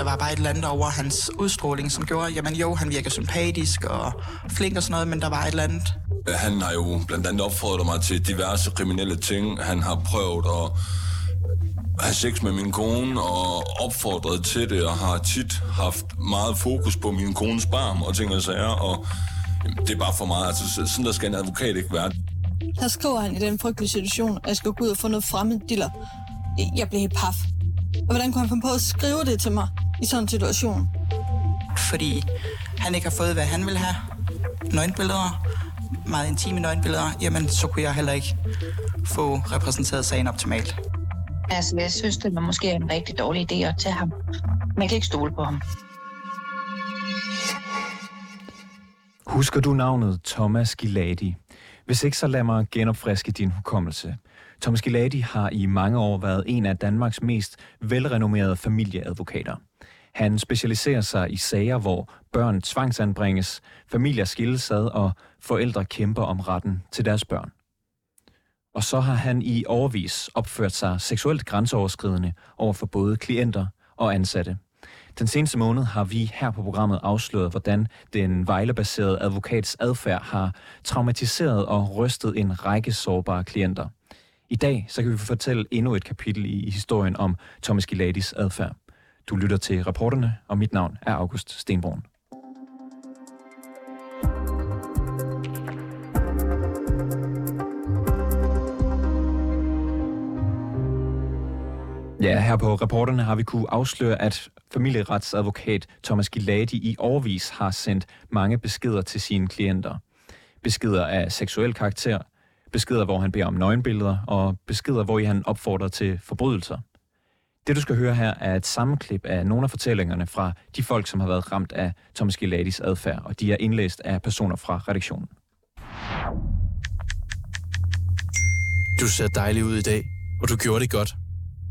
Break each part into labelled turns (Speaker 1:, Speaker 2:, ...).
Speaker 1: der var bare et eller andet over hans udstråling, som gjorde, jamen jo, han virker sympatisk og flink og sådan noget, men der var et eller andet.
Speaker 2: Han har jo blandt andet opfordret mig til diverse kriminelle ting. Han har prøvet at have sex med min kone og opfordret til det, og har tit haft meget fokus på min kones barm og ting og sager, og jamen, det er bare for meget. Altså, sådan der skal en advokat ikke være.
Speaker 3: Her skriver han i den frygtelige situation, at jeg skal gå ud og få noget fremmed diller. Jeg blev helt paf. Og hvordan kunne han finde på at skrive det til mig i sådan en situation?
Speaker 1: Fordi han ikke har fået, hvad han ville have. Nøgenbilleder, meget intime nøgenbilleder, jamen så kunne jeg heller ikke få repræsenteret sagen optimalt.
Speaker 4: Altså, jeg synes, det var måske en rigtig dårlig idé at tage ham. Man kan ikke stole på ham.
Speaker 5: Husker du navnet Thomas Giladi? Hvis ikke, så lad mig genopfriske din hukommelse. Thomas Giladi har i mange år været en af Danmarks mest velrenommerede familieadvokater. Han specialiserer sig i sager, hvor børn tvangsanbringes, familier skilles ad og forældre kæmper om retten til deres børn. Og så har han i årevis opført sig seksuelt grænseoverskridende over for både klienter og ansatte. Den seneste måned har vi her på programmet afsløret, hvordan den Vejle-baserede advokats adfærd har traumatiseret og rystet en række sårbare klienter. I dag så kan vi fortælle endnu et kapitel i historien om Thomas Giladis adfærd. Du lytter til Reporterne, og mit navn er August Stenbrun. Ja, her på Reporterne har vi kunne afsløre, at familieretsadvokat Thomas Giladi i årevis har sendt mange beskeder til sine klienter. Beskeder af seksuel karakter, beskeder, hvor han beder om nøgenbilleder, og beskeder, hvor han opfordrer til forbrydelser. Det, du skal høre her, er et sammenklip af nogle af fortællingerne fra de folk, som har været ramt af Thomas Giladis adfærd, og de er indlæst af personer fra redaktionen.
Speaker 6: Du ser dejlig ud i dag, og du gjorde det godt.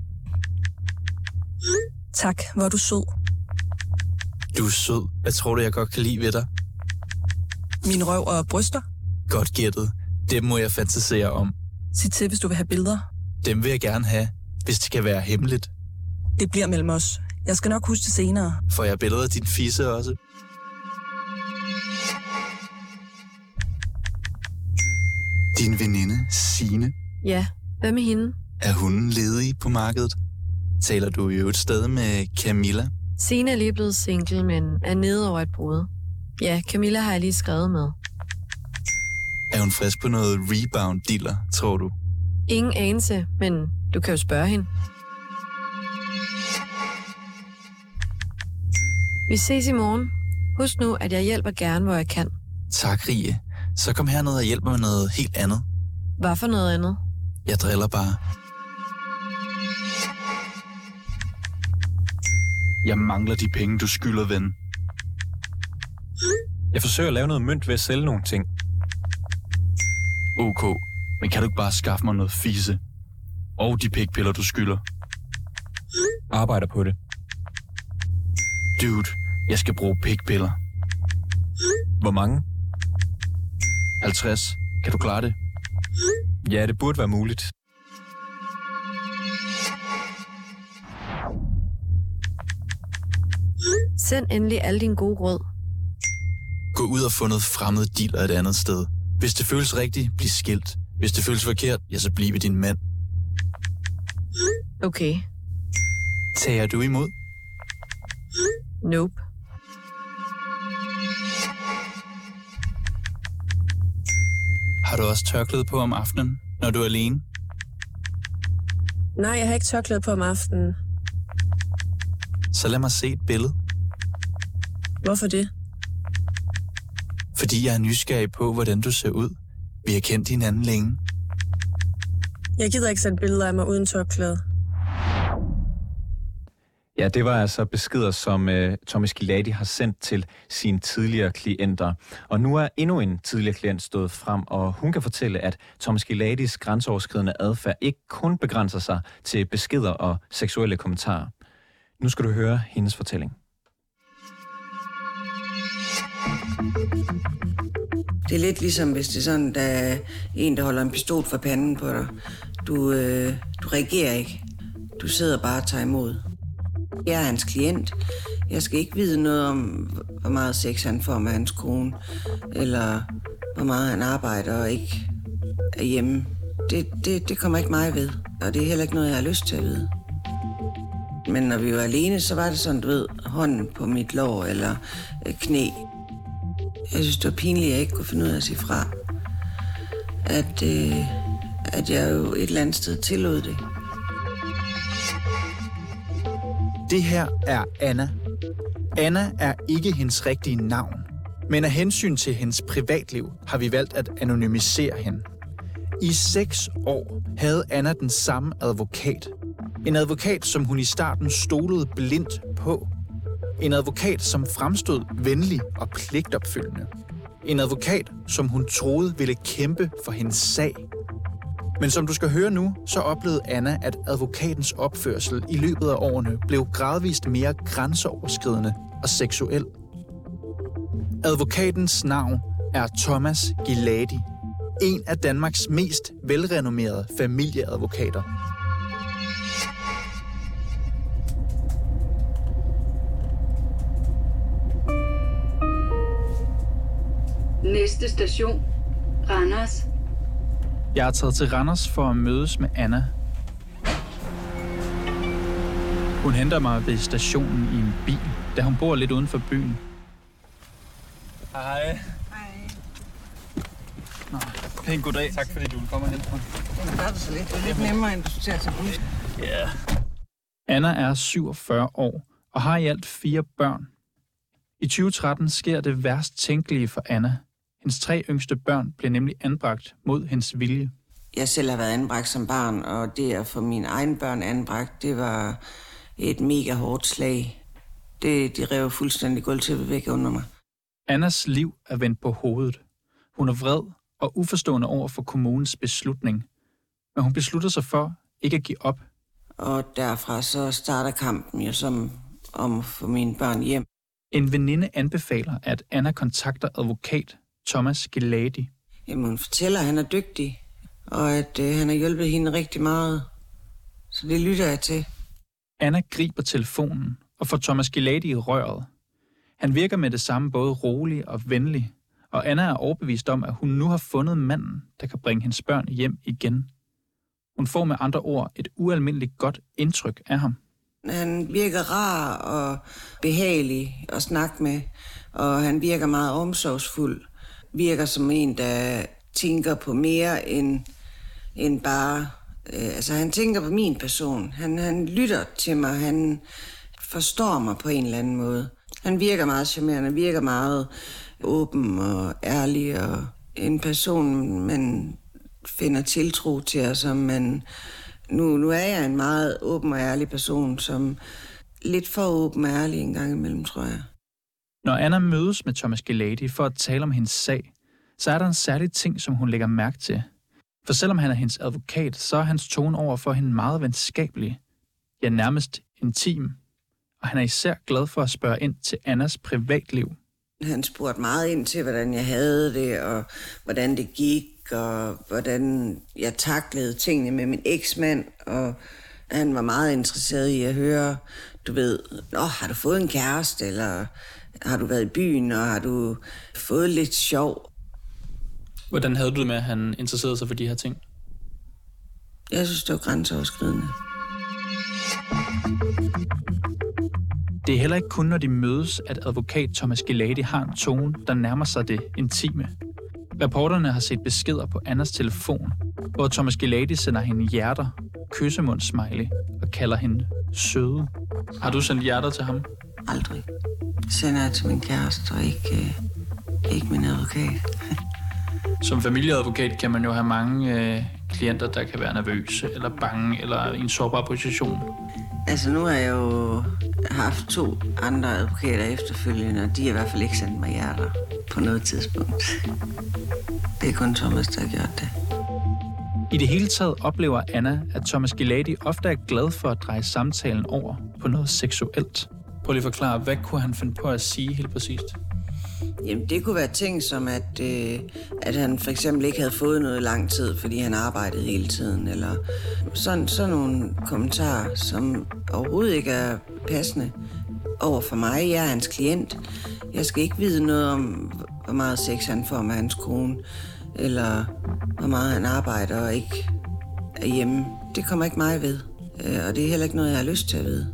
Speaker 3: Tak, hvor er du sød.
Speaker 6: Du er sød. Hvad tror du, jeg godt kan lide ved dig?
Speaker 3: Min røv og bryster.
Speaker 6: Godt gættet. Dem må jeg fantasere om.
Speaker 3: Sig til, hvis du vil have billeder.
Speaker 6: Dem vil jeg gerne have, hvis det kan være hemmeligt.
Speaker 3: Det bliver mellem os. Jeg skal nok huske det senere.
Speaker 6: Får jeg billeder af din fisse også? Din veninde, Signe.
Speaker 7: Ja, hvad med hende?
Speaker 6: Er hun ledig på markedet? Taler du jo et sted med Camilla?
Speaker 7: Signe er lige blevet single, men er nede over et brud. Ja, Camilla har jeg lige skrevet med.
Speaker 6: Er hun frisk på noget rebound-dealer, tror du?
Speaker 7: Ingen anelse, men du kan jo spørge hende. Vi ses i morgen. Husk nu, at jeg hjælper gerne, hvor jeg kan.
Speaker 6: Tak, Rie. Så kom herned og hjælp mig med noget helt andet.
Speaker 7: Hvad for noget andet?
Speaker 6: Jeg driller bare. Jeg mangler de penge, du skylder, ven.
Speaker 5: Jeg forsøger at lave noget mønt ved at sælge nogle ting.
Speaker 6: OK, men kan du ikke bare skaffe mig noget fise? Og de pikpiller, du skylder?
Speaker 5: Arbejder på det.
Speaker 6: Dude, jeg skal bruge pikpiller.
Speaker 5: Hvor mange?
Speaker 6: 50. Kan du klare det?
Speaker 5: Ja, det burde være muligt.
Speaker 7: Send endelig alle dine gode råd.
Speaker 6: Gå ud og få noget fremmed dealer et andet sted. Hvis det føles rigtigt, bliv skilt. Hvis det føles forkert, ja, så bliv ved din mand.
Speaker 7: Okay.
Speaker 6: Tager du imod?
Speaker 7: Nope.
Speaker 6: Har du også tørklæde på om aftenen, når du er alene?
Speaker 7: Nej, jeg har ikke tørklæde på om aftenen.
Speaker 6: Så lad mig se et billede.
Speaker 7: Hvorfor det?
Speaker 6: Fordi jeg er nysgerrig på, hvordan du ser ud. Vi har kendt hinanden længe.
Speaker 7: Jeg gider ikke sende billeder af mig uden tørklæde.
Speaker 5: Ja, det var altså beskeder, som Thomas Giladi har sendt til sine tidligere klienter. Og nu er endnu en tidligere klient stået frem, og hun kan fortælle, at Thomas Giladis grænseoverskridende adfærd ikke kun begrænser sig til beskeder og seksuelle kommentarer. Nu skal du høre hendes fortælling.
Speaker 8: Det er lidt ligesom, hvis det er sådan, der er en, der holder en pistol for panden på dig. Du reagerer ikke. Du sidder bare og tager imod. Jeg er hans klient. Jeg skal ikke vide noget om, hvor meget sex han får med hans kone, eller hvor meget han arbejder og ikke er hjemme. Det kommer ikke mig ved, og det er heller ikke noget, jeg har lyst til at vide. Men når vi var alene, så var det sådan, du ved, hånden på mit lår eller knæ. Jeg synes, det var pinligt, at jeg ikke kunne finde ud af at sige fra. At jeg jo et eller andet sted tillod det.
Speaker 6: Det her er Anna. Anna er ikke hendes rigtige navn, men af hensyn til hendes privatliv har vi valgt at anonymisere hende. I 6 år havde Anna den samme advokat. En advokat, som hun i starten stolede blindt på. En advokat, som fremstod venlig og pligtopfyldende. En advokat, som hun troede ville kæmpe for hendes sag. Men som du skal høre nu, så oplevede Anna, at advokatens opførsel i løbet af årene blev gradvist mere grænseoverskridende og seksuel. Advokatens navn er Thomas Giladi, en af Danmarks mest velrenommerede familieadvokater.
Speaker 9: Næste station, Randers.
Speaker 6: Jeg er taget til Randers for at mødes med Anna. Hun henter mig ved stationen i en bil, da hun bor lidt uden for byen. Hej.
Speaker 8: Hej.
Speaker 6: Nå, pænt goddag. Tak fordi du vil komme og hente mig.
Speaker 8: Det er så lidt. Det er lidt nemmere, end du tager til bus.
Speaker 6: Ja. Anna er 47 år og har i alt 4 børn. I 2013 sker det værst tænkelige for Anna. Hendes 3 yngste børn blev nemlig anbragt mod hendes vilje.
Speaker 8: Jeg selv har været anbragt som barn, og det at få mine egne børn anbragt, det var et mega hårdt slag. De rev fuldstændig gulvtæppet væk under mig.
Speaker 6: Annas liv er vendt på hovedet. Hun er vred og uforstående over for kommunens beslutning. Men hun beslutter sig for ikke at give op.
Speaker 8: Og derfra så starter kampen jo som om at få mine børn hjem.
Speaker 6: En veninde anbefaler, at Anna kontakter advokat Thomas Giladi.
Speaker 8: Jamen, hun fortæller, at han er dygtig, og at han har hjulpet hende rigtig meget. Så det lytter jeg til.
Speaker 6: Anna griber telefonen og får Thomas Giladi i røret. Han virker med det samme både rolig og venlig, og Anna er overbevist om, at hun nu har fundet manden, der kan bringe hendes børn hjem igen. Hun får med andre ord et ualmindeligt godt indtryk af ham.
Speaker 8: Han virker rar og behagelig at snakke med, og han virker meget omsorgsfuld. Virker som en, der tænker på mere end bare... altså, han tænker på min person. Han lytter til mig. Han forstår mig på en eller anden måde. Han virker meget charmerende, virker meget åben og ærlig, og en person, man finder tiltro til, og som man... Nu er jeg en meget åben og ærlig person, som lidt for åben og ærlig en gang imellem, tror jeg.
Speaker 6: Når Anna mødes med Thomas Giladi for at tale om hendes sag, så er der en særlig ting, som hun lægger mærke til. For selvom han er hendes advokat, så er hans tone over for hende meget venskabelig. Ja, nærmest intim. Og han er især glad for at spørge ind til Annas privatliv.
Speaker 8: Han spurgte meget ind til, hvordan jeg havde det, og hvordan det gik, og hvordan jeg taklede tingene med min eksmand. Og han var meget interesseret i at høre, du ved, har du fået en kæreste, eller har du været i byen, og har du fået lidt sjov?
Speaker 6: Hvordan havde du det med, at han interesserede sig for de her ting?
Speaker 8: Jeg synes, det var grænseoverskridende.
Speaker 6: Det er heller ikke kun, når de mødes, at advokat Thomas Giladi har en tone, der nærmer sig det intime. Reporterne har set beskeder på Annas telefon, hvor Thomas Giladi sender hende hjerter, kyssemund-smiley og kalder hende søde. Har du sendt hjerter til ham?
Speaker 8: Aldrig. Det sender jeg til min kæreste, og ikke min advokat.
Speaker 6: Som familieadvokat kan man jo have mange klienter, der kan være nervøse, eller bange, eller i en sårbar position.
Speaker 8: Altså, nu har jeg jo haft 2 andre advokater efterfølgende, og de har i hvert fald ikke sendt mig hjerter på noget tidspunkt. Det er kun Thomas, der har gjort det.
Speaker 6: I det hele taget oplever Anna, at Thomas Giladi ofte er glad for at dreje samtalen over på noget seksuelt. Prøv lige at forklare, hvad kunne han finde på at sige helt præcist?
Speaker 8: Jamen, det kunne være ting som, at han for eksempel ikke havde fået noget lang tid, fordi han arbejdede hele tiden, eller sådan nogle kommentarer, som overhovedet ikke er passende over for mig. Jeg er hans klient. Jeg skal ikke vide noget om, hvor meget sex han får med hans kone, eller hvor meget han arbejder og ikke er hjemme. Det kommer ikke mig ved, og det er heller ikke noget, jeg har lyst til at vide.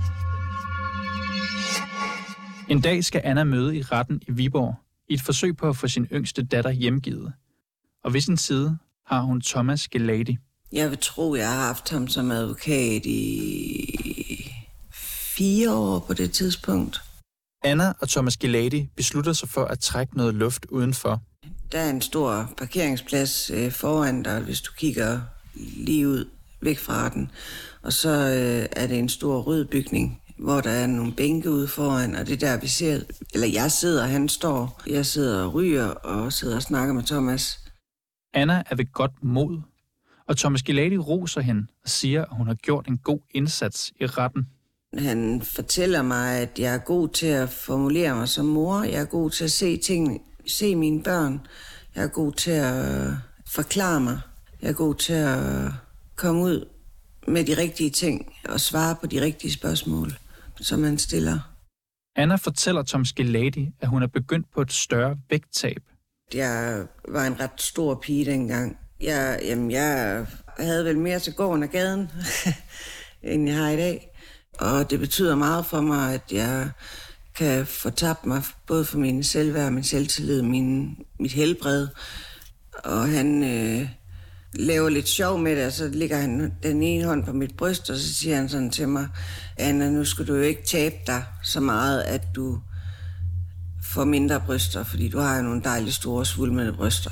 Speaker 10: En dag skal Anna møde i retten i Viborg i et forsøg på at få sin yngste datter hjemgivet. Og ved sin side har hun Thomas Gelati.
Speaker 8: Jeg vil tro, jeg har haft ham som advokat i 4 år på det tidspunkt.
Speaker 6: Anna og Thomas Gelati beslutter sig for at trække noget luft udenfor.
Speaker 8: Der er en stor parkeringsplads foran dig, hvis du kigger lige ud væk fra den. Og så er det en stor rød bygning, hvor der er nogle bænke ude foran, og det er der, vi ser, eller jeg sidder, han står. Jeg sidder og ryger og sidder og snakker med Thomas.
Speaker 10: Anna er ved godt mod, og Thomas Gelati roser hende og siger, at hun har gjort en god indsats i retten.
Speaker 8: Han fortæller mig, at jeg er god til at formulere mig som mor. Jeg er god til at se tingene, se mine børn. Jeg er god til at forklare mig. Jeg er god til at komme ud med de rigtige ting og svare på de rigtige spørgsmål, som man stiller.
Speaker 10: Anna fortæller Thomas Gelati, at hun er begyndt på et større vægttab.
Speaker 8: Jeg var en ret stor pige dengang. Jeg havde vel mere til gården og gaden, end jeg har i dag. Og det betyder meget for mig, at jeg kan fortabe mig både for min selvværd, min selvtillid, mit helbred. Og han laver lidt sjov med det, og så ligger han den ene hånd på mit bryst, og så siger han sådan til mig, Anna, nu skal du jo ikke tabe dig så meget, at du får mindre bryster, fordi du har jo nogle dejlige store svulmende bryster.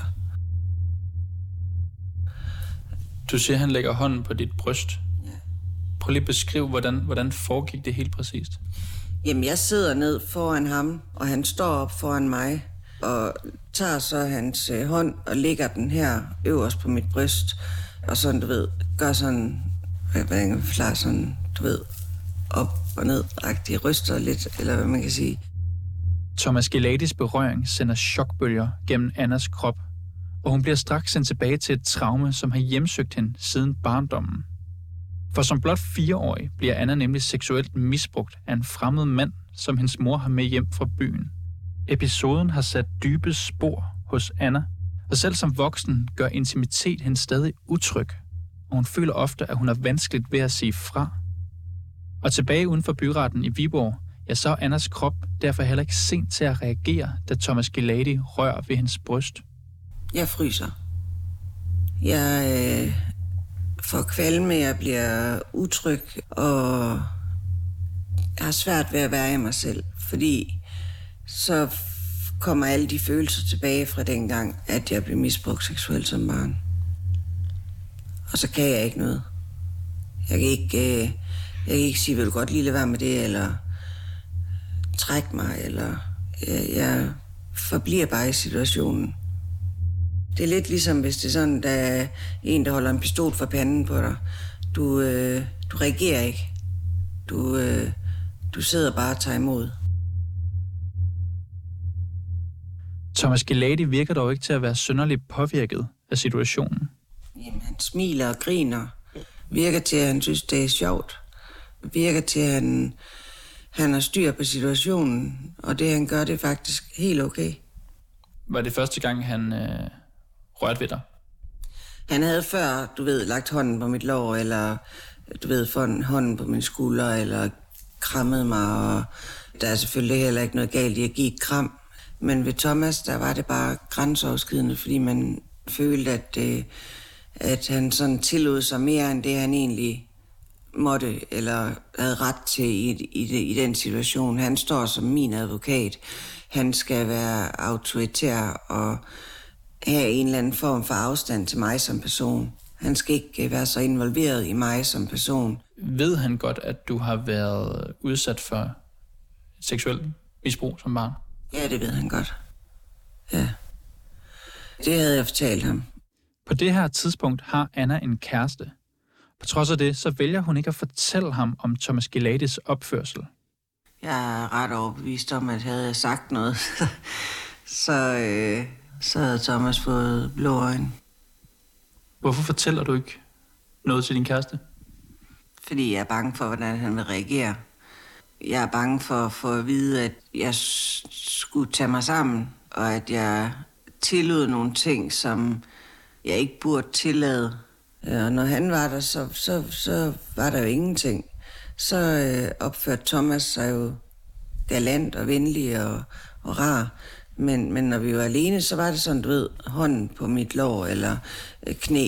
Speaker 10: Du siger, han lægger hånden på dit bryst.
Speaker 8: Ja.
Speaker 10: Prøv lige at beskrive, hvordan foregik det helt præcist.
Speaker 8: Jamen, jeg sidder ned foran ham, og han står op foran mig, og tager så hans hånd og lægger den her øverst på mit bryst, og sådan, du ved, gør sådan, hvordan kan forklare sådan, du ved, op og ned-agtigt, ryster lidt, eller hvad man kan sige.
Speaker 10: Thomas Gelatis berøring sender chokbølger gennem Annas krop, og hun bliver straks sendt tilbage til et traume, som har hjemsøgt hende siden barndommen. For som blot 4-årig bliver Anna nemlig seksuelt misbrugt af en fremmed mand, som hendes mor har med hjem fra byen. Episoden har sat dybe spor hos Anna, og selv som voksen gør intimitet hende stadig utryg, og hun føler ofte, at hun har vanskeligt ved at sige fra. Og tilbage uden for byretten i Viborg, ja, så er Annas krop derfor heller ikke sent til at reagere, da Thomas Gelati rører ved hendes bryst.
Speaker 8: Jeg fryser. Jeg får kvalme, jeg bliver utryg, og jeg har svært ved at være i mig selv, fordi så kommer alle de følelser tilbage fra dengang, at jeg blev misbrugt seksuelt som barn. Og så kan jeg ikke noget. Jeg kan ikke sige, vil du godt lige lade være med det, eller trække mig, eller jeg forbliver bare i situationen. Det er lidt ligesom, hvis det er sådan, der er en, der holder en pistol for panden på dig. Du reagerer ikke. Du sidder bare og tager imod.
Speaker 10: Thomas Gelati virker dog ikke til at være synderligt påvirket af situationen.
Speaker 8: Jamen, han smiler og griner. Virker til, at han synes, det er sjovt. Virker til, at han har styr på situationen. Og det, han gør, det er faktisk helt okay.
Speaker 10: Var det første gang, han rørte ved dig?
Speaker 8: Han havde før, du ved, lagt hånden på mit lår, eller du ved, fået hånden på min skulder, eller krammet mig. Og der er selvfølgelig heller ikke noget galt i at give et kram. Men ved Thomas, der var det bare grænseoverskridende, fordi man følte, at han sådan tillod sig mere, end det han egentlig måtte, eller havde ret til i den situation. Han står som min advokat. Han skal være autoritær og have en eller anden form for afstand til mig som person. Han skal ikke være så involveret i mig som person.
Speaker 10: Ved han godt, at du har været udsat for seksuel misbrug som barn?
Speaker 8: Ja, det ved han godt. Ja. Det havde jeg fortalt ham.
Speaker 10: På det her tidspunkt har Anna en kæreste. På trods af det, så vælger hun ikke at fortælle ham om Thomas Gelatis opførsel.
Speaker 8: Jeg er ret overbevist om, at havde jeg sagt noget, så havde Thomas fået blå øjne.
Speaker 10: Hvorfor fortæller du ikke noget til din kæreste?
Speaker 8: Fordi jeg er bange for, hvordan han vil reagere. Jeg er bange for at vide, at jeg skulle tage mig sammen, og at jeg tillod nogle ting, som jeg ikke burde tillade. Og når han var der, så var der jo ingenting. Så opførte Thomas sig jo galant og venlig og rar. Men når vi var alene, så var det sådan, du ved, hånden på mit lår eller knæ.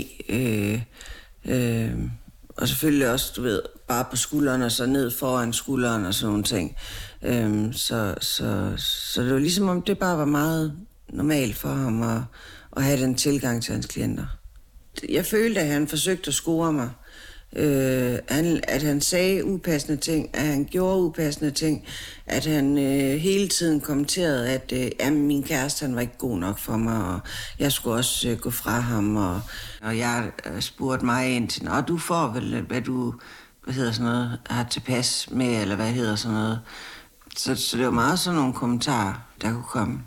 Speaker 8: Og selvfølgelig også, du ved, bare på skulderen og så ned foran skulderen og sådan nogle ting. Så det var ligesom om, det bare var meget normalt for ham at have den tilgang til hans klienter. Jeg følte, at han forsøgte at score mig. At han sagde upassende ting, at han gjorde upassende ting, at han hele tiden kommenterede, at min kæreste han var ikke god nok for mig, og jeg skulle også gå fra ham, og jeg spurgte mig ind til, du får vel, hvad du har tilpas med, eller hvad hedder sådan noget. Så det var meget sådan nogle kommentarer, der kunne komme.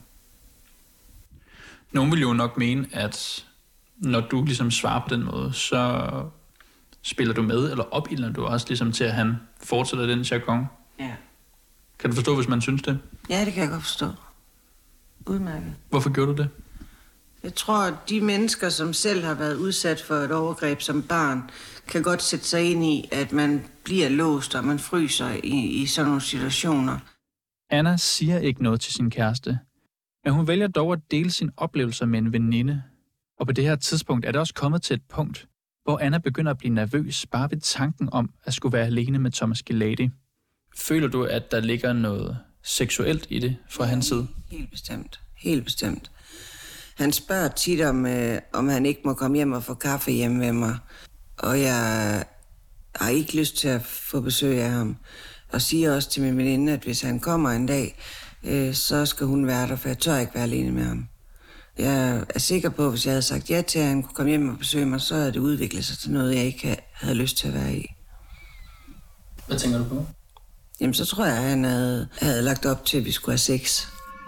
Speaker 10: Nogen vil jo nok mene, at når du ligesom svarer på den måde, så spiller du med, eller opildner du også ligesom til, at han fortsætter den jargon?
Speaker 8: Ja.
Speaker 10: Kan du forstå, hvis man synes det?
Speaker 8: Ja, det kan jeg godt forstå. Udmærket.
Speaker 10: Hvorfor gjorde du det?
Speaker 8: Jeg tror, at de mennesker, som selv har været udsat for et overgreb som barn, kan godt sætte sig ind i, at man bliver låst, og man fryser i sådan nogle situationer.
Speaker 10: Anna siger ikke noget til sin kæreste, men hun vælger dog at dele sine oplevelser med en veninde. Og på det her tidspunkt er det også kommet til et punkt, hvor Anna begynder at blive nervøs bare ved tanken om at skulle være alene med Thomas Giladi. Føler du, at der ligger noget seksuelt i det fra hans side?
Speaker 8: Helt bestemt. Helt bestemt. Han spørger tit om han ikke må komme hjem og få kaffe hjemme med mig. Og jeg har ikke lyst til at få besøg af ham. Og siger også til min veninde, at hvis han kommer en dag, så skal hun være der, for jeg tør ikke være alene med ham. Jeg er sikker på, at hvis jeg havde sagt ja til, at han kunne komme hjem og besøge mig, så havde det udviklet sig til noget, jeg ikke havde lyst til at være i.
Speaker 10: Hvad tænker du på?
Speaker 8: Jamen, så tror jeg, at han havde lagt op til, at vi skulle have sex.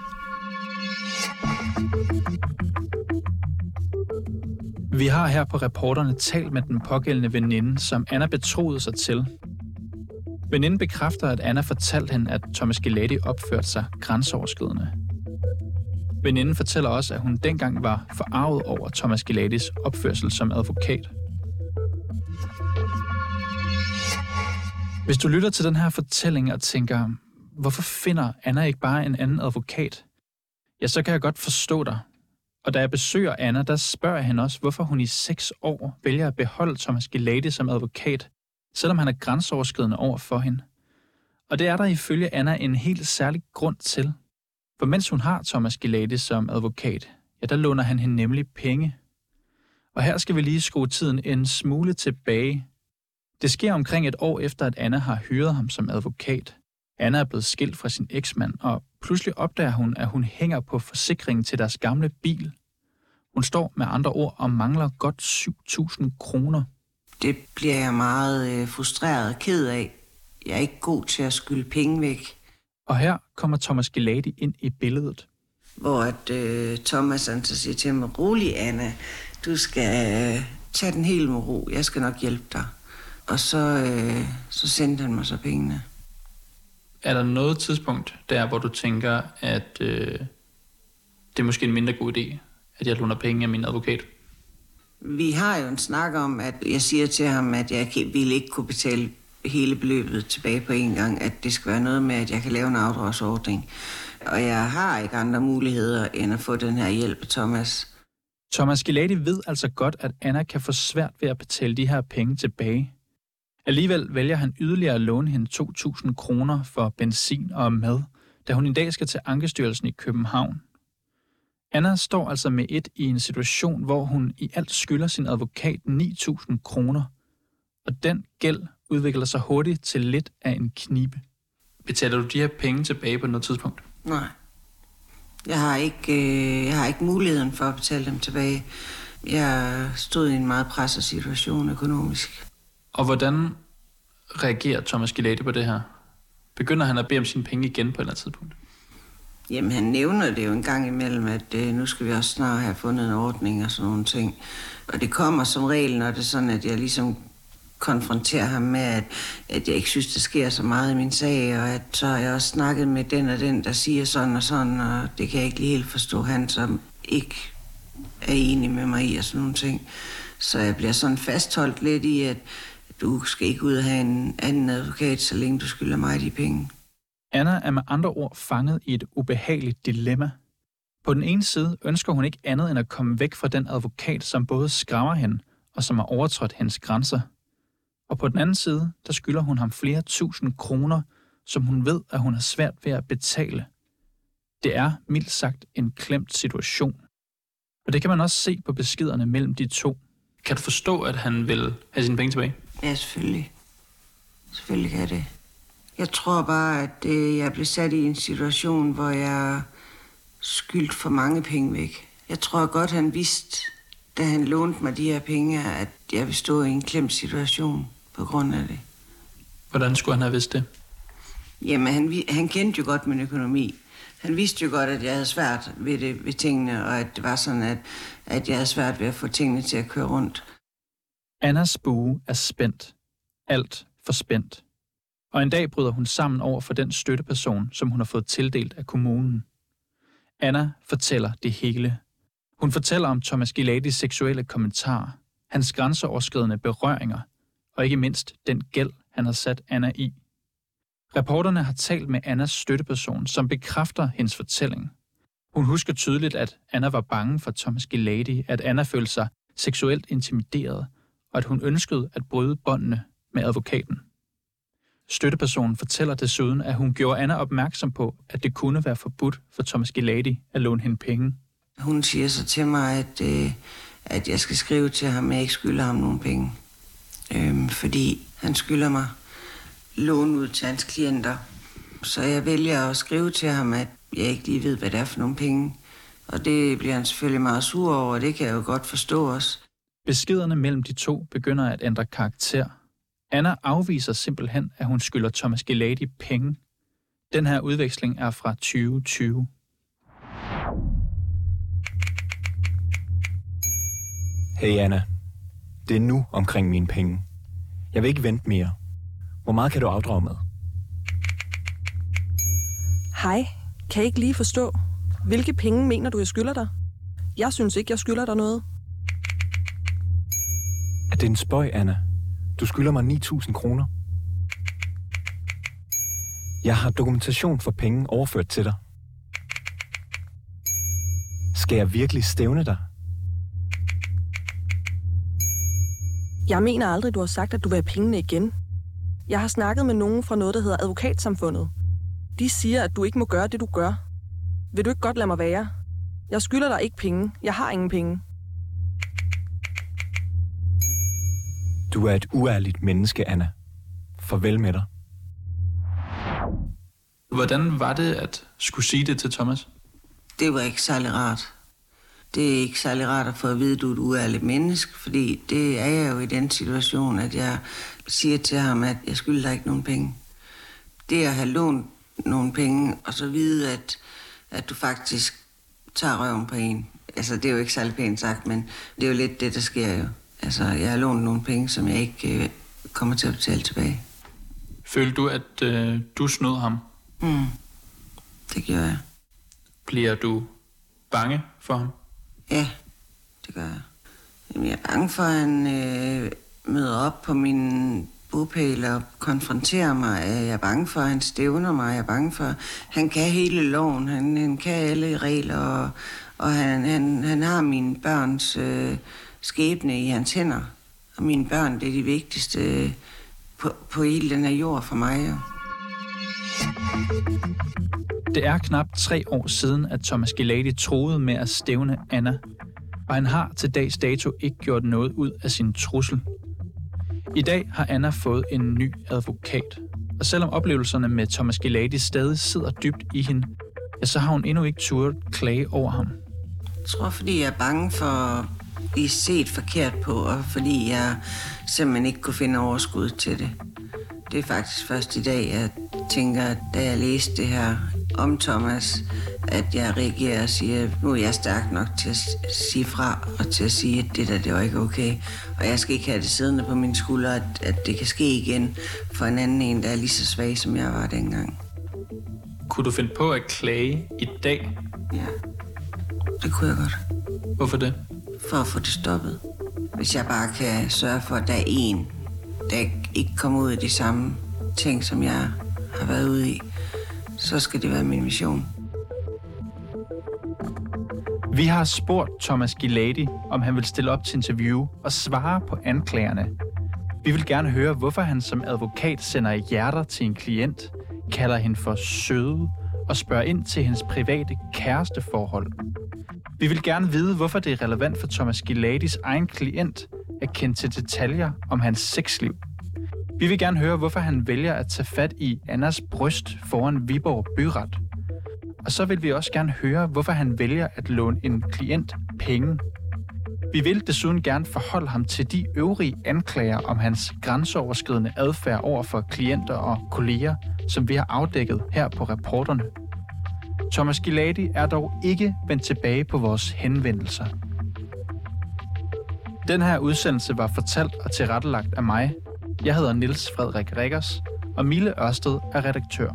Speaker 10: Vi har her på Reporterne talt med den pågældende veninde, som Anna betroede sig til. Veninden bekræfter, at Anna fortalte hende, at Thomas Giladi opførte sig grænseoverskridende. Veninden fortæller også, at hun dengang var forarvet over Thomas Giladis opførsel som advokat. Hvis du lytter til den her fortælling og tænker, hvorfor finder Anna ikke bare en anden advokat? Ja, så kan jeg godt forstå dig. Og da jeg besøger Anna, der spørger jeg hende også, hvorfor hun i 6 år vælger at beholde Thomas Giladi som advokat, selvom han er grænseoverskridende over for hende. Og det er der ifølge Anna en helt særlig grund til. For mens hun har Thomas Giladi som advokat, ja, der låner han hende nemlig penge. Og her skal vi lige skrue tiden en smule tilbage. Det sker omkring 1 år efter, at Anna har hyret ham som advokat. Anna er blevet skilt fra sin eksmand, og pludselig opdager hun, at hun hænger på forsikringen til deres gamle bil. Hun står med andre ord og mangler godt 7.000 kroner.
Speaker 8: Det bliver jeg meget frustreret og ked af. Jeg er ikke god til at skylde penge væk.
Speaker 10: Og her kommer Thomas Giladi ind i billedet.
Speaker 8: Hvor Thomas så siger til mig, rolig Anna, du skal tage den helt med ro, jeg skal nok hjælpe dig. Og så sendte han mig så pengene.
Speaker 10: Er der noget tidspunkt der, hvor du tænker, at det er måske en mindre god idé, at jeg låner penge af min advokat?
Speaker 8: Vi har jo en snak om, at jeg siger til ham, at jeg ville ikke kunne betale hele beløbet tilbage på en gang, at det skal være noget med, at jeg kan lave en afdragsordning. Og jeg har ikke andre muligheder, end at få den her hjælp af Thomas.
Speaker 10: Thomas Giladi ved altså godt, at Anna kan få svært ved at betale de her penge tilbage. Alligevel vælger han yderligere at låne hende 2.000 kroner for benzin og mad, da hun en dag skal til Ankestyrelsen i København. Anna står altså med i en situation, hvor hun i alt skylder sin advokat 9.000 kroner. Og den gæld udvikler sig hurtigt til lidt af en knibe. Betaler du de her penge tilbage på noget tidspunkt?
Speaker 8: Nej. Jeg har ikke muligheden for at betale dem tilbage. Jeg stod i en meget presset situation økonomisk.
Speaker 10: Og hvordan reagerer Thomas Giladi på det her? Begynder han at bede om sine penge igen på et eller andet tidspunkt?
Speaker 8: Jamen, han nævner det jo en gang imellem, at nu skal vi også snart have fundet en ordning og sådan nogle ting. Og det kommer som regel, når det er sådan, at jeg ligesom konfronterer ham med, at jeg ikke synes, der sker så meget i min sag, og at så har jeg også snakket med den og den, der siger sådan og sådan, og det kan jeg ikke lige helt forstå, han som ikke er enig med mig i og sådan nogle ting. Så jeg bliver sådan fastholdt lidt i, at du skal ikke ud og have en anden advokat, så længe du skylder mig de penge.
Speaker 10: Anna er med andre ord fanget i et ubehageligt dilemma. På den ene side ønsker hun ikke andet end at komme væk fra den advokat, som både skræmmer hende og som har overtrådt hendes grænser. Og på den anden side, der skylder hun ham flere tusind kroner, som hun ved, at hun har svært ved at betale. Det er mildt sagt en klemt situation. Og det kan man også se på beskederne mellem de to. Kan du forstå, at han vil have sine penge tilbage?
Speaker 8: Ja, selvfølgelig. Selvfølgelig kan det. Jeg tror bare, at jeg blev sat i en situation, hvor jeg skyldt for mange penge væk. Jeg tror godt, han vidste, da han lånte mig de her penge, at jeg ville stå i en klemt situation på grund af det.
Speaker 10: Hvordan skulle han have vidst det?
Speaker 8: Jamen, han kendte jo godt min økonomi. Han vidste jo godt, at jeg havde svært ved tingene, og at det var sådan, at jeg havde svært ved at få tingene til at køre rundt.
Speaker 10: Annas bue er spændt. Alt for spændt. Og en dag bryder hun sammen over for den støtteperson, som hun har fået tildelt af kommunen. Anna fortæller det hele. Hun fortæller om Thomas Giladis seksuelle kommentarer, hans grænseoverskridende berøringer, og ikke mindst den gæld, han har sat Anna i. Reporterne har talt med Annas støtteperson, som bekræfter hendes fortælling. Hun husker tydeligt, at Anna var bange for Thomas Giladi, at Anna følte sig seksuelt intimideret, og at hun ønskede at bryde båndene med advokaten. Støttepersonen fortæller desuden, at hun gjorde Anna opmærksom på, at det kunne være forbudt for Thomas Giladi at låne hende penge.
Speaker 8: Hun siger så til mig, at jeg skal skrive til ham, at jeg ikke skylder ham nogen penge. Fordi han skylder mig lån ud til hans klienter. Så jeg vælger at skrive til ham, at jeg ikke lige ved, hvad det er for nogle penge. Og det bliver han selvfølgelig meget sur over, og det kan jeg jo godt forstå også.
Speaker 10: Beskederne mellem de to begynder at ændre karakter. Anna afviser simpelthen, at hun skylder Thomas Giladi penge. Den her udveksling er fra 2020.
Speaker 5: Hey Anna, det er nu omkring mine penge. Jeg vil ikke vente mere. Hvor meget kan du afdrage med?
Speaker 11: Hej, kan jeg ikke lige forstå, hvilke penge mener du, jeg skylder dig? Jeg synes ikke, jeg skylder dig noget.
Speaker 5: Er det en spøj, Anna? Du skylder mig 9.000 kroner. Jeg har dokumentation for penge overført til dig. Skal jeg virkelig stævne dig?
Speaker 11: Jeg mener aldrig, du har sagt, at du vil have pengene igen. Jeg har snakket med nogen fra noget, der hedder Advokatsamfundet. De siger, at du ikke må gøre det, du gør. Vil du ikke godt lade mig være? Jeg skylder dig ikke penge. Jeg har ingen penge.
Speaker 5: Du er et uærligt menneske, Anna. Farvel med dig.
Speaker 10: Hvordan var det at skulle sige det til Thomas?
Speaker 8: Det var ikke særlig rart. Det er ikke særlig rart at få at vide, at du er et uærligt menneske, fordi det er jeg jo i den situation, at jeg siger til ham, at jeg skylder dig ikke nogen penge. Det at have lånt nogle penge, og så vide, at du faktisk tager røven på en. Altså, det er jo ikke særlig pænt sagt, men det er jo lidt det, der sker jo. Altså, jeg har lånt nogle penge, som jeg ikke kommer til at betale tilbage.
Speaker 10: Følte du, at du snød ham?
Speaker 8: Det gør jeg.
Speaker 10: Bliver du bange for ham?
Speaker 8: Ja, det gør jeg. Jamen, jeg er bange for, at han møder op på min bopæl og konfronterer mig. Jeg er bange for, at han stævner mig. Jeg er bange for, at han kan hele loven. Han kan alle regler, og han har mine børns skæbne i hans hænder. Og mine børn, det er de vigtigste på hele den her jord for mig. Jo.
Speaker 10: Det er knap 3 år siden, at Thomas Giladi troede med at stævne Anna, og han har til dags dato ikke gjort noget ud af sin trussel. I dag har Anna fået en ny advokat, og selvom oplevelserne med Thomas Giladi stadig sidder dybt i hende, ja, så har hun endnu ikke turde klage over ham.
Speaker 8: Jeg tror, fordi jeg er bange for at blive set forkert på, og fordi jeg simpelthen ikke kunne finde overskud til det. Det er faktisk først i dag, at tænker, da jeg læste det her om Thomas, at jeg reagerer og siger, nu er jeg stærk nok til at sige fra, og til at sige, at det var ikke okay. Og jeg skal ikke have det siddende på mine skuldre, at det kan ske igen for en anden en, der er lige så svag, som jeg var dengang.
Speaker 10: Kunne du finde på at klage i dag?
Speaker 8: Ja, det kunne jeg godt.
Speaker 10: Hvorfor det?
Speaker 8: For at få det stoppet. Hvis jeg bare kan sørge for, at der er en, der ikke kommer ud af de samme ting, som jeg har været ude i, så skal det være min mission.
Speaker 10: Vi har spurgt Thomas Giladi, om han vil stille op til interview og svare på anklagerne. Vi vil gerne høre, hvorfor han som advokat sender hjerter til en klient, kalder hende for søde og spørger ind til hendes private kæresteforhold. Vi vil gerne vide, hvorfor det er relevant for Thomas Giladis egen klient at kende til detaljer om hans sexliv. Vi vil gerne høre, hvorfor han vælger at tage fat i Annas bryst foran Viborg Byret. Og så vil vi også gerne høre, hvorfor han vælger at låne en klient penge. Vi vil desuden gerne forholde ham til de øvrige anklager om hans grænseoverskridende adfærd over for klienter og kolleger, som vi har afdækket her på Reporterne. Thomas Giladi er dog ikke vendt tilbage på vores henvendelser. Den her udsendelse var fortalt og tilrettelagt af mig. Jeg hedder Niels Frederik Rikkers, og Mille Ørsted er redaktør.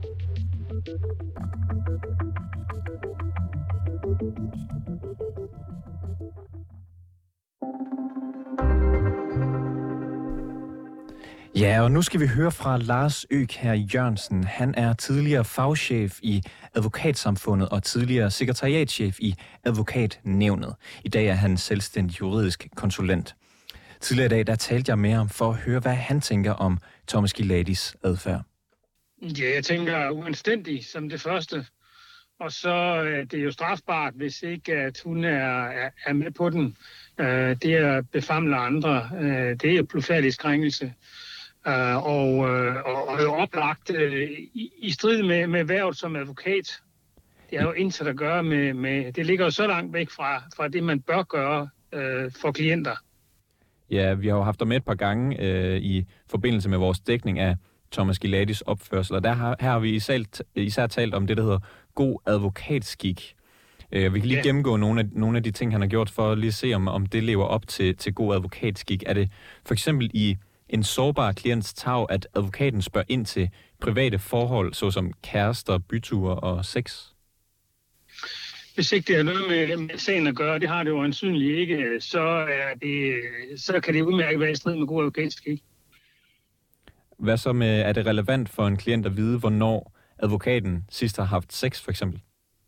Speaker 5: Ja, og nu skal vi høre fra Lars Økjær Jørgensen. Han er tidligere fagchef i Advokatsamfundet og tidligere sekretariatschef i Advokatnævnet. I dag er han selvstændig juridisk konsulent. Tidligere i dag, der talte jeg med ham for at høre, hvad han tænker om Thomas Giladis adfærd.
Speaker 12: Ja, jeg tænker uanstændig som det første. Og så det er jo strafbart, hvis ikke at hun er med på den. Det er befamle andre. Det er jo blufærdig skrænkelse. Og oplagt i strid med hvervet som advokat. Det er jo intet at gøre med det ligger jo så langt væk fra det, man bør gøre for klienter.
Speaker 5: Ja, vi har jo haft dig med et par gange i forbindelse med vores dækning af Thomas Giladis opførsel, og her har vi især talt om det, der hedder god advokatskik. Vi kan lige gennemgå nogle af de ting, han har gjort for at lige se, om det lever op til god advokatskik. Er det for eksempel i en sårbar klients tag, at advokaten spørger ind til private forhold, såsom kærester, byture og sex?
Speaker 12: Hvis ikke det har noget med sagen at gøre, det har det jo ansynligt ikke, så kan det udmærket være i strid med god advokatskik.
Speaker 5: Hvad så med, er det relevant for en klient at vide, hvornår advokaten sidst har haft sex, for eksempel?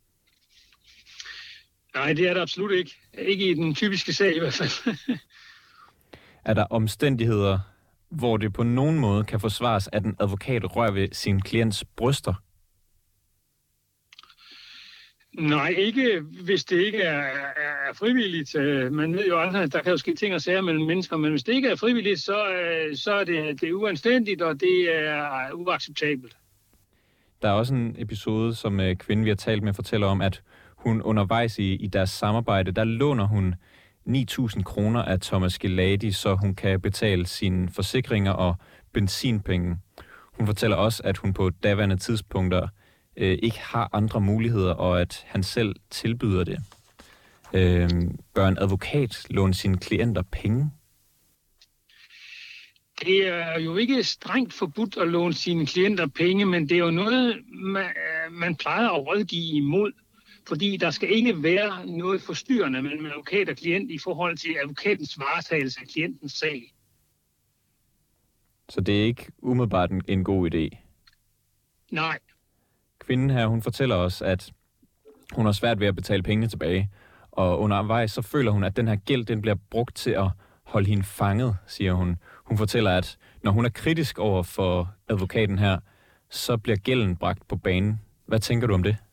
Speaker 12: Nej, det er det absolut ikke. Ikke i den typiske sag i hvert fald.
Speaker 5: Er der omstændigheder, hvor det på nogen måde kan forsvares, at en advokat rører ved sin klients bryster?
Speaker 12: Nej, ikke hvis det ikke er frivilligt. Man ved jo aldrig, at der kan jo ske ting og sager mellem mennesker, men hvis det ikke er frivilligt, så er det uanstændigt, og det er uacceptabelt.
Speaker 5: Der er også en episode, som kvinden, vi har talt med, fortæller om, at hun undervejs i deres samarbejde, der låner hun 9.000 kroner af Thomas Giladi, så hun kan betale sine forsikringer og benzinpenge. Hun fortæller også, at hun på daværende tidspunkter ikke har andre muligheder, og at han selv tilbyder det. Bør en advokat låne sine klienter penge?
Speaker 12: Det er jo ikke strengt forbudt at låne sine klienter penge, men det er jo noget, man plejer at rådgive imod. Fordi der skal ikke være noget forstyrrende mellem advokat og klient i forhold til advokatens varetagelse af klientens sag.
Speaker 5: Så det er ikke umiddelbart en god idé?
Speaker 12: Nej.
Speaker 5: Kvinden her, hun fortæller os, at hun har svært ved at betale pengene tilbage. Og undervejs så føler hun, at den her gæld, den bliver brugt til at holde hende fanget, siger hun. Hun fortæller, at når hun er kritisk over for advokaten her, så bliver gælden bragt på banen. Hvad tænker du om det?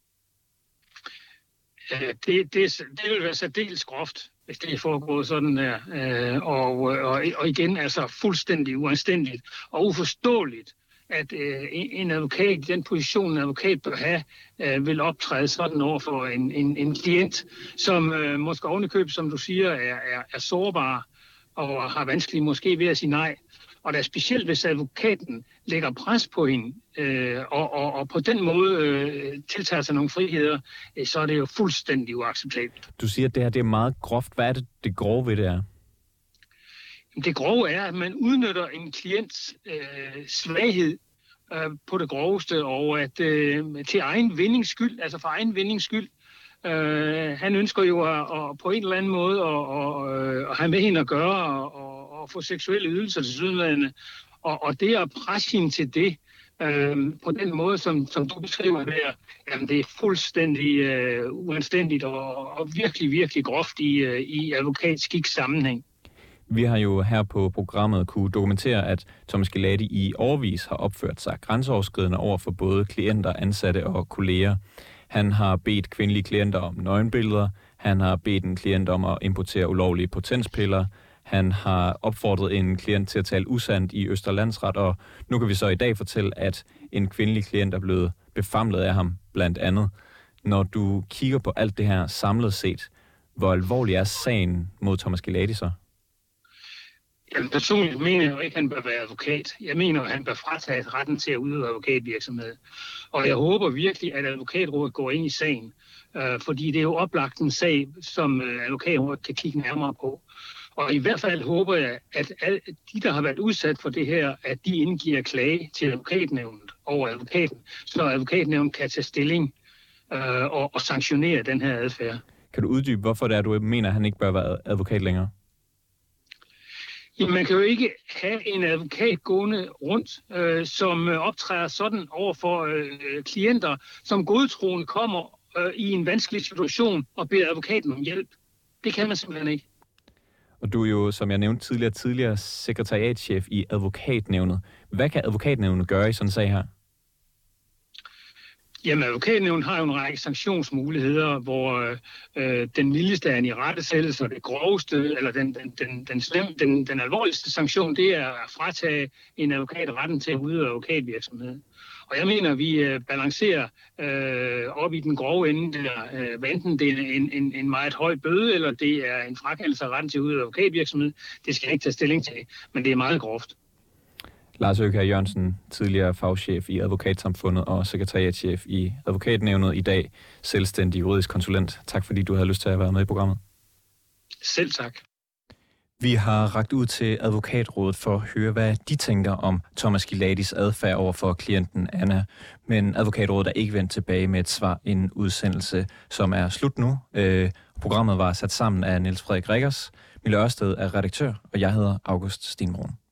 Speaker 12: Det vil være særdeles groft, hvis det er foregået sådan der. Og igen, altså fuldstændig uanstændigt og uforståeligt, at en advokat, den position en advokat bør have, vil optræde sådan over for en klient, som måske ovenikøbet, som du siger, er sårbar og har vanskeligt måske ved at sige nej. Og da specielt hvis advokaten lægger pres på hende, og på den måde tiltager sig nogle friheder, så er det jo fuldstændig uacceptabelt.
Speaker 5: Du siger, at det her det er meget groft. Hvad er det grove ved det er?
Speaker 12: Det grove er, at man udnytter en klients svaghed på det groveste, og at til egen vindings skyld, altså for egen vindings skyld, han ønsker jo at på en eller anden måde at have med hende at gøre og få seksuelle ydelser til sydlandene. Og det at presse hende til det på den måde, som du beskriver der, jamen det er fuldstændig uanstændigt og virkelig, virkelig groft i advokatskik sammenhæng.
Speaker 5: Vi har jo her på programmet kunne dokumentere, at Thomas Giladi i årevis har opført sig grænseoverskridende over for både klienter, ansatte og kolleger. Han har bedt kvindelige klienter om nøgenbilleder. Han har bedt en klient om at importere ulovlige potenspiller. Han har opfordret en klient til at tale usandt i Østerlandsret, og nu kan vi så i dag fortælle, at en kvindelig klient er blevet befamlet af ham, blandt andet. Når du kigger på alt det her samlet set, hvor alvorlig er sagen mod Thomas Giladi så?
Speaker 12: Jamen, personligt mener jeg jo ikke, at han bør være advokat. Jeg mener, at han bør fratage retten til at udøve advokatvirksomhed. Og jeg håber virkelig, at advokatrådet går ind i sagen, fordi det er jo oplagt en sag, som advokatrådet kan kigge nærmere på. Og i hvert fald håber jeg, at de, der har været udsat for det her, at de indgiver klage til advokatnævnet over advokaten, så advokatnævnet kan tage stilling og sanktionere den her adfærd.
Speaker 5: Kan du uddybe, hvorfor det er, du mener, at han ikke bør være advokat længere?
Speaker 12: Jamen, man kan jo ikke have en advokat gående rundt, som optræder sådan over for klienter, som godtroende kommer i en vanskelig situation og beder advokaten om hjælp. Det kan man simpelthen ikke.
Speaker 5: Og du er jo, som jeg nævnte tidligere sekretariatschef i advokatnævnet. Hvad kan advokatnævnet gøre i sådan en sag her? Jamen, advokatnævnet har jo en række sanktionsmuligheder, hvor den mildeste er en irettesættelse, og det groveste, eller den alvorligste sanktion, det er at fratage en advokat retten til at udøve advokatvirksomhed. Og jeg mener, at vi balancerer op i den grove ende, hvad enten det er en meget høj bøde, eller det er en frakendelse af retten til at udøve advokatvirksomhed. Det skal jeg ikke tage stilling til, men det er meget groft. Lars Økær Jørgensen, tidligere fagchef i Advokatsamfundet og sekretariatschef i Advokatnævnet, i dag selvstændig juridisk konsulent. Tak fordi du havde lyst til at være med i programmet.
Speaker 12: Selv tak.
Speaker 5: Vi har rakt ud til Advokatrådet for at høre, hvad de tænker om Thomas Giladis adfærd over for klienten Anna. Men Advokatrådet er ikke vendt tilbage med et svar i en udsendelse, som er slut nu. Programmet var sat sammen af Niels Frederik Rikkers. Mille Ørsted er redaktør, og jeg hedder August Stenbrun.